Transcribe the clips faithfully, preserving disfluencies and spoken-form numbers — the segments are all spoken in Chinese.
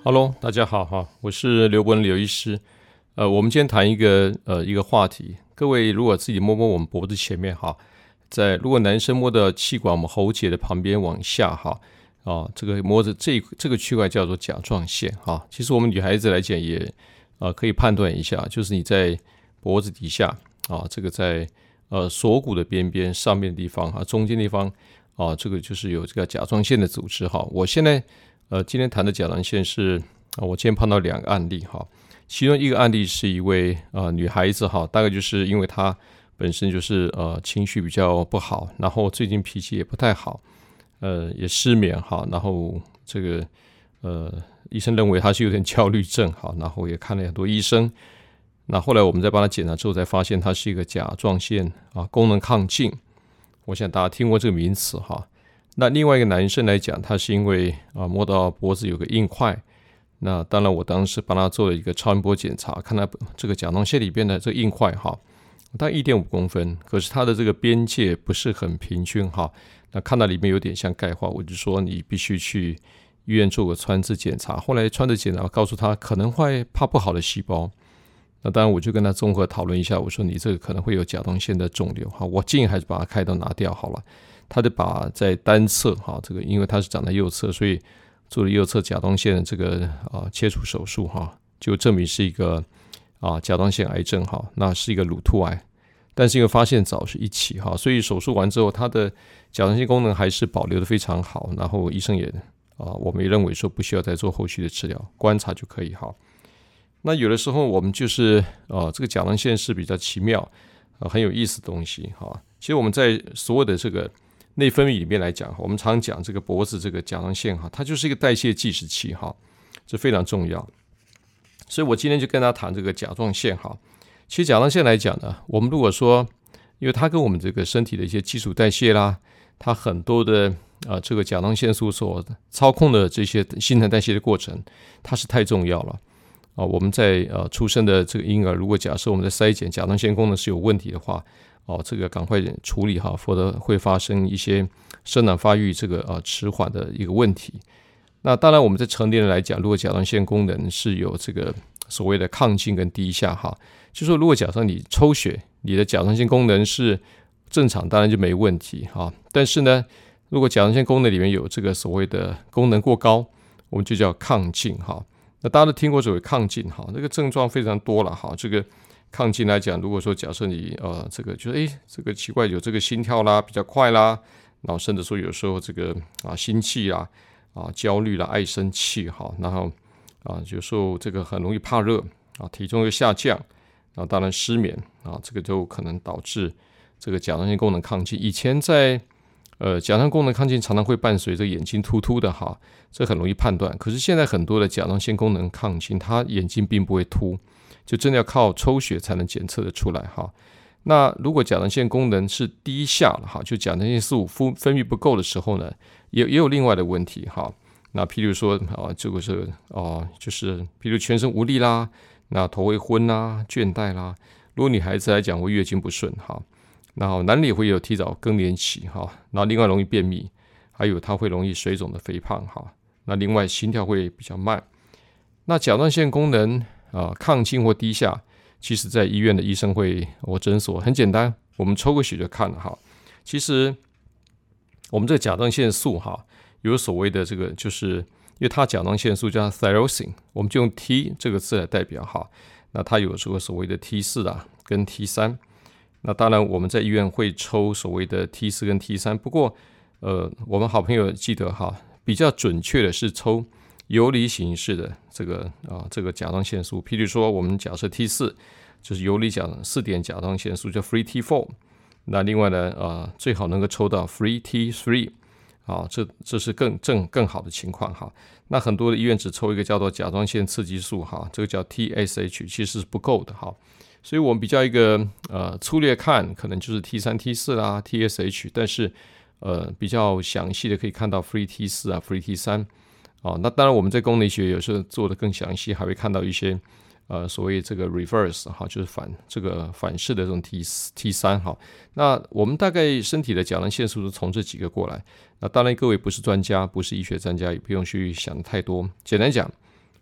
Hello，大家好哈，我是刘伯伦刘医师。呃，我们今天谈一个呃一个话题，各位如果自己摸摸我们脖子前面哈，在如果男生摸到气管我们喉结的旁边往下哈，啊，这个摸着这这个区块叫做甲状腺哈。其实我们女孩子来讲也呃可以判断一下，就是你在脖子底下啊，这个在呃锁骨的边边上面的地方哈，中间地方啊，这个就是有这个甲状腺的组织哈。我现在呃，今天谈的甲状腺是啊，我今天碰到两个案例哈，其中一个案例是一位呃女孩子哈，大概就是因为她本身就是呃情绪比较不好，然后最近脾气也不太好，呃也失眠哈，然后这个呃医生认为她是有点焦虑症哈，然后也看了很多医生，那后来我们在帮她检查之后才发现她是一个甲状腺啊功能亢进，我想大家听过这个名词哈。那另外一个男生来讲，他是因为啊摸到脖子有个硬块，那当然我当时帮他做了一个超音波检查，看他这个甲状腺里边的这个硬块哈，大概 一点五公分，可是他的这个边界不是很平均哈，那看到里面有点像钙化，我就说你必须去医院做个穿刺检查。后来穿刺检查告诉他可能会怕不好的细胞，那当然我就跟他综合讨论一下，我说你这个可能会有甲状腺的肿瘤哈，我建议还是把它开刀拿掉好了。他就把在单侧哈，这个因为他是长在右侧，所以做了右侧甲状腺的这个啊切除手术哈，就证明是一个啊甲状腺癌症哈，那是一个乳突癌，但是因为发现早是一起哈，所以手术完之后，他的甲状腺功能还是保留的非常好，然后医生也啊，我们也认为说不需要再做后续的治疗，观察就可以哈。那有的时候我们就是啊，这个甲状腺是比较奇妙啊，很有意思的东西哈。其实我们在所有的这个内分泌里面来讲，我们常讲这个脖子这个甲状腺哈，它就是一个代谢计时器哈，这非常重要。所以我今天就跟大家谈这个甲状腺哈。其实甲状腺来讲呢，我们如果说，因为它跟我们这个身体的一些基础代谢啦，它很多的呃这个甲状腺素所操控的这些新陈代谢的过程，它是太重要了啊。我们在呃出生的这个婴儿，如果假设我们在筛检甲状腺功能是有问题的话，哦，这个赶快处理哈，否则会发生一些生长发育这个呃迟缓的一个问题。那当然，我们在成年人来讲，如果甲状腺功能是有这个所谓的亢进跟低下哈，就说如果假设你抽血，你的甲状腺功能是正常，当然就没问题哈。但是呢，如果甲状腺功能里面有这个所谓的功能过高，我们就叫亢进哈。那大家都听过所谓亢进哈，这个症状非常多了哈，这个。亢进来讲，如果说假设你呃这个就是诶这个奇怪有这个心跳啦比较快啦，然后甚至说有时候这个啊心悸啦啊焦虑啦爱生气哈，然后啊有时候这个很容易怕热啊体重又下降，然后当然失眠啊这个就可能导致这个甲状腺功能亢进。以前在呃甲状腺功能亢进常常会伴随着眼睛突突的哈，这很容易判断。可是现在很多的甲状腺功能亢进，它眼睛并不会突。就真的要靠抽血才能检测得出来哈。那如果甲状腺功能是低下了哈，就甲状腺素分泌不够的时候呢，也也有另外的问题哈。那譬如说啊，这个是啊，就是譬如全身无力啦，那头会昏啦、倦怠啦。如果女孩子来讲会月经不顺哈，然后男的也会有提早更年期哈，然后另外容易便秘，还有他会容易水肿的肥胖哈。那另外心跳会比较慢。那甲状腺功能啊，亢进或低下，其实在医院的医生会，我诊所很简单，我们抽个血就看了哈。其实我们这个甲状腺素哈，有所谓的这个，就是因为它甲状腺素叫 tyrosine， 我们就用 T 这个字来代表哈。那它有这个所谓的 T 四 啊，跟 T 三。那当然我们在医院会抽所谓的 T 四 跟 T 三，不过呃，我们好朋友记得哈，比较准确的是抽游离形式的这个啊，这个甲状腺素，譬如说我们假设 T 四 就是游离甲四点甲状腺素，叫 free T 四。那另外呢，呃，最好能够抽到 free T 三，啊，这这是更正更好的情况哈。那很多的医院只抽一个叫做甲状腺刺激素哈，这个叫 T S H， 其实是不够的哈。所以我们比较一个呃粗略看，可能就是 T 三 T 四 啦 T S H， 但是呃比较详细的可以看到 free T 四 啊 free T 三。哦，那当然我们在功能学有时候做的更详细，还会看到一些呃所谓这个 reverse 哈，就是反这个反式的这种 T T 三哈。那我们大概身体的甲状腺素是从这几个过来。那当然各位不是专家，不是医学专家，也不用去想太多。简单讲，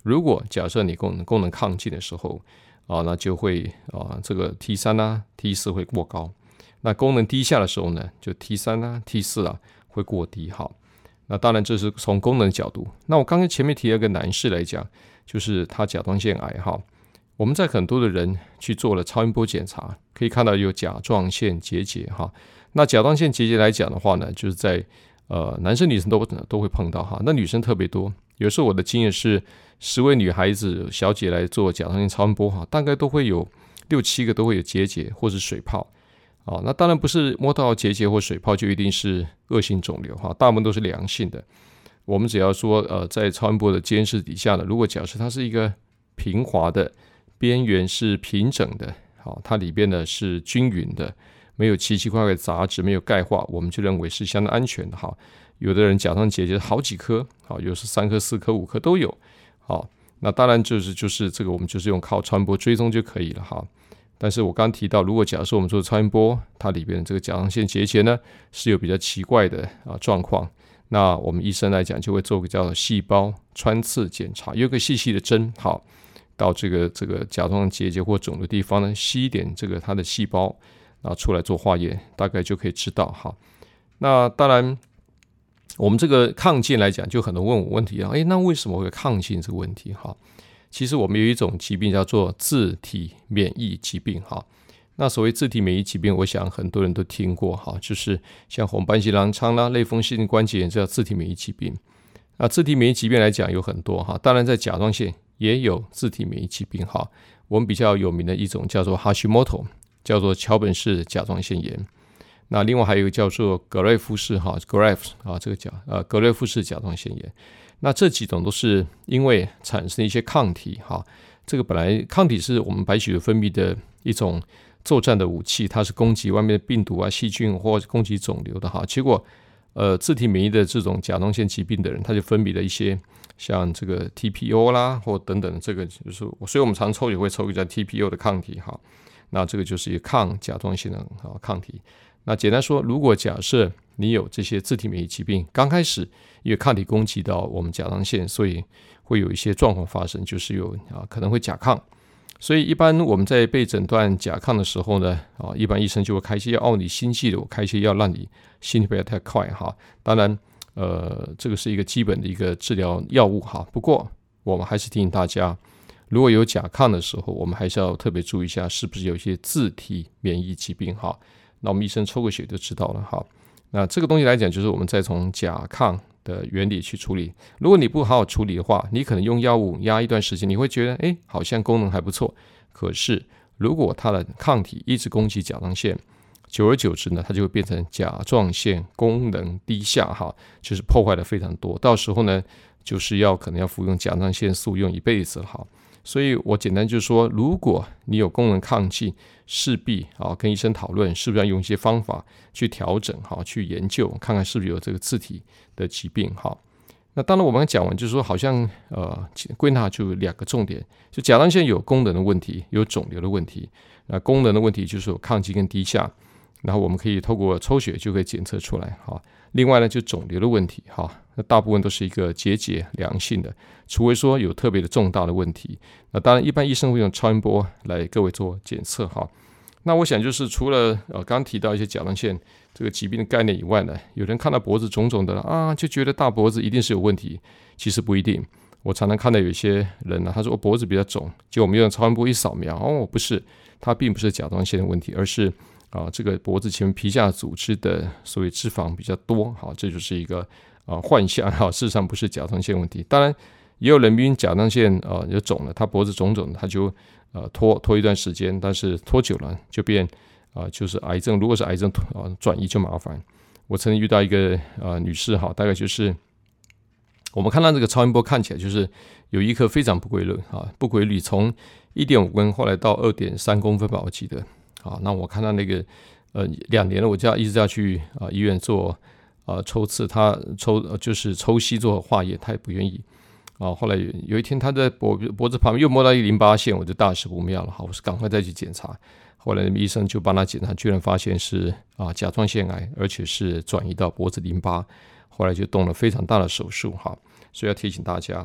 如果假设你功能功能亢进的时候啊，那就会啊这个 T 三 啊 T 四 会过高。那功能低下的时候呢，就 T 三 啊 T 四 啊会过低。好，那当然这是从功能角度。那我刚刚前面提了一个男士来讲，就是他甲状腺癌哈。我们在很多的人去做了超音波检查，可以看到有甲状腺结节哈。那甲状腺结节来讲的话呢，就是在呃男生女生都都会碰到哈。那女生特别多，有时候我的经验是，十位女孩子小姐来做甲状腺超音波哈，大概都会有六七个都会有结节或是水泡啊。那当然不是摸到结节或水泡就一定是恶性肿瘤哈，大部分都是良性的。我们只要说呃在超音波的监视底下呢，如果假设它是一个平滑的，边缘是平整的，好，它里边呢是均匀的，没有奇奇怪怪的杂质，没有钙化，我们就认为是相当安全的。好，有的人甲状腺结节好几颗，好，有时三颗、四颗、五颗都有。好，那当然就是就是这个我们就是用靠超音波追踪就可以了哈。但是我刚刚提到，如果假设我们做超音波，它里边的这个甲状腺结节呢是有比较奇怪的啊状况，那我们医生来讲就会做个叫细胞穿刺检查，有个细细的针，好。到这个这个甲状腺结节或肿的地方呢，吸一点这个它的细胞，然后出来做化验，大概就可以知道哈。那当然，我们这个亢进来讲，就很多人问我问题啊，诶，那为什么会有亢进这个问题哈？其实我们有一种疾病叫做自体免疫疾病哈。那所谓自体免疫疾病，我想很多人都听过哈，就是像红斑性狼疮啦、类风湿关节炎，这叫自体免疫疾病。那自体免疫疾病来讲有很多哈，当然在甲状腺也有自体免疫疾病哈。我们比较有名的一种叫做 Hashimoto， 叫做桥本氏甲状腺炎。那另外还有一个叫做格瑞夫氏哈 Graves 啊，这个甲呃格瑞夫氏甲状腺炎。那这几种都是因为产生一些抗体哈。这个本来抗体是我们白血球分泌的一种作战的武器，它是攻击外面的病毒啊、细菌或攻击肿瘤的哈。结果呃自体免疫的这种甲状腺疾病的人，他就分泌了一些像这个 T P O 啦或等等，这个就是所以我们常抽也会抽一个叫 T P O 的抗体哈。那这个就是一个抗甲状腺的抗体。那简单说，如果假设你有这些自体免疫疾病，刚开始因为抗体攻击到我们甲状腺，所以会有一些状况发生，就是有啊可能会甲亢。所以一般我们在被诊断甲亢的时候呢，啊一般医生就会开一些药，哦你心悸的，我开一些药让你心率不要太快哈。当然，呃这个是一个基本的一个治疗药物哈。不过我们还是提醒大家，如果有甲亢的时候，我们还是要特别注意一下，是不是有一些自体免疫疾病哈。那我们医生抽个血就知道了哈。那这个东西来讲，就是我们再从甲亢的原理去处理。如果你不好好处理的话，你可能用药物压一段时间，你会觉得哎，好像功能还不错。可是如果它的抗体一直攻击甲状腺，久而久之呢，它就会变成甲状腺功能低下哈，就是破坏的非常多。到时候呢，就是要可能要服用甲状腺素用一辈子了哈。所以我简单就是说，如果你有功能亢进，势必啊跟医生讨论，是不是要用一些方法去调整哈，去研究看看是不是有这个自体的疾病哈。那当然我们讲完就是说，好像呃归纳就两个重点，就甲状腺有功能的问题，有肿瘤的问题。那功能的问题就是有亢进跟低下，然后我们可以透过抽血就可以检测出来哈。另外呢，就肿瘤的问题哈，那大部分都是一个结节良性的，除非说有特别的重大的问题。那当然，一般医生会用超音波来各位做检测哈。那我想就是除了呃刚刚提到一些甲状腺这个疾病的概念以外呢，有人看到脖子肿肿的啊，就觉得大脖子一定是有问题，其实不一定。我常常看到有一些人呢、啊，他说我脖子比较肿，结果我们用超音波一扫描，哦，不是，它并不是甲状腺的问题，而是啊，这个脖子前面皮下组织的所谓脂肪比较多，好，这就是一个啊幻象哈，事实上不是甲状腺问题。当然，也有人明明甲状腺啊有肿了，他脖子肿肿的，他就呃拖拖一段时间，但是拖久了就变啊就是癌症。如果是癌症啊转移就麻烦。我曾经遇到一个呃女士哈，大概就是我们看到这个超音波看起来就是有一颗非常不规律啊不规律，从 一点五公分后来到 二点三公分吧，我记得。好，那我看到那个呃两年了，我就要一直要去啊、呃、医院做啊、呃、抽刺，他抽、呃、就是抽吸做化验，他也不愿意啊。后来有有一天他在脖脖子旁边又摸到一个淋巴腺，我就大事不妙了，好，我是赶快再去检查。后来医生就帮他检查，居然发现是啊甲状腺癌，而且是转移到脖子淋巴。后来就动了非常大的手术哈，所以要提醒大家，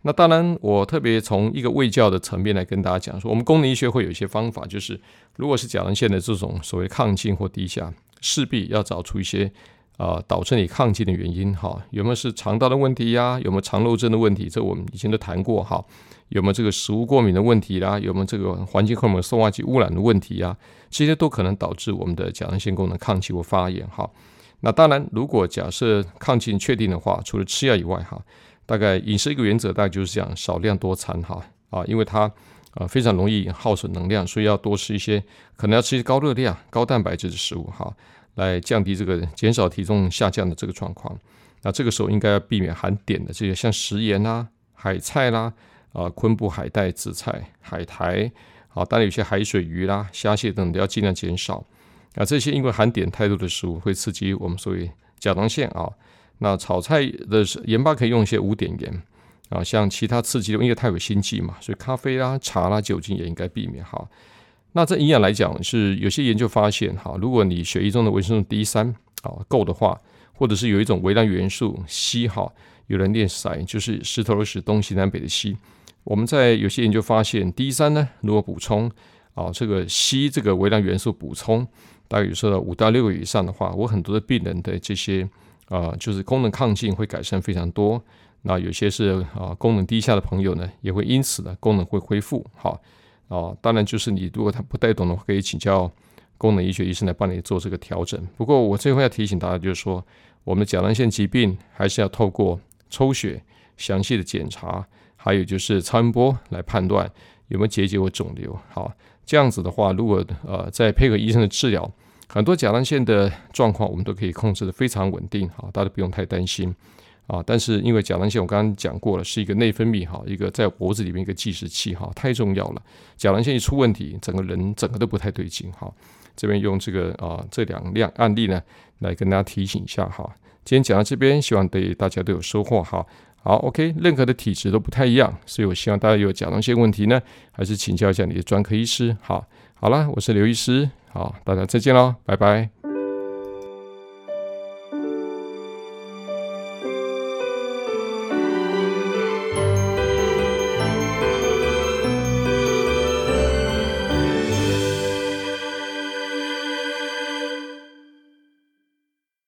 那当然，我特别从一个卫教的层面来跟大家讲说，我们功能医学会有一些方法，就是如果是甲状腺的这种所谓亢进或低下，势必要找出一些呃导致你亢进的原因哈，有没有是肠道的问题呀、啊？有没有肠漏症的问题？这我们以前都谈过哈。有没有这个食物过敏的问题啦？有没有这个环境荷尔蒙受化剂污染的问题啊？这些都可能导致我们的甲状腺功能亢进或发炎哈。那当然，如果假设亢进确定的话，除了吃药以外哈。大概饮食一个原则，大概就是这样，少量多餐哈啊，因为它呃非常容易耗损能量，所以要多吃一些，可能要吃一些高热量、高蛋白质的食物哈，来降低这个减少体重下降的这个状况。那这个时候应该要避免含碘的这些，像食盐啦、海菜啦、啊昆布、海带、紫菜、海苔啊，当然有些海水鱼啦、虾蟹等等都要尽量减少。啊，这些因为含碘太多的食物会刺激我们所谓甲状腺啊。那炒菜的盐巴可以用一些无碘盐啊，像其他刺激的，因为它有辛基嘛，所以咖啡啦、茶啦、酒精也应该避免哈。那这营养来讲，是有些研究发现哈，如果你血液中的维生素 D 三 啊够的话，或者是有一种微量元素硒哈，有人念硒，就是石头的石，东西南北的西。我们在有些研究发现 D 三 呢，如果补充啊这个硒这个微量元素补充，大概有时候五到六个以上的话，我很多的病人的这些。呃，就是功能亢进会改善非常多，那有些是啊功能低下的朋友呢，也会因此呢功能会恢复。好啊，当然就是你如果他不太懂的话，可以请教功能医学医生来帮你做这个调整。不过我最后要提醒大家，就是说我们的甲状腺疾病还是要透过抽血、详细的检查，还有就是超音波来判断有没有结节或肿瘤。好，这样子的话，如果呃再配合医生的治疗。很多甲状腺的状况，我们都可以控制的非常稳定，哈，大家不用太担心啊。但是因为甲状腺，我刚刚讲过了，是一个内分泌哈，一个在脖子里面一个计时器哈，太重要了。甲状腺一出问题，整个人整个都不太对劲哈。这边用这个啊这两样案例呢，来跟大家提醒一下哈。今天讲到这边，希望对大家都有收获哈。好 ，OK， 任何的体质都不太一样，所以我希望大家有甲状腺问题呢，还是请教一下你的专科医师。好，好了，我是刘医师。好，大家再见喽，拜拜。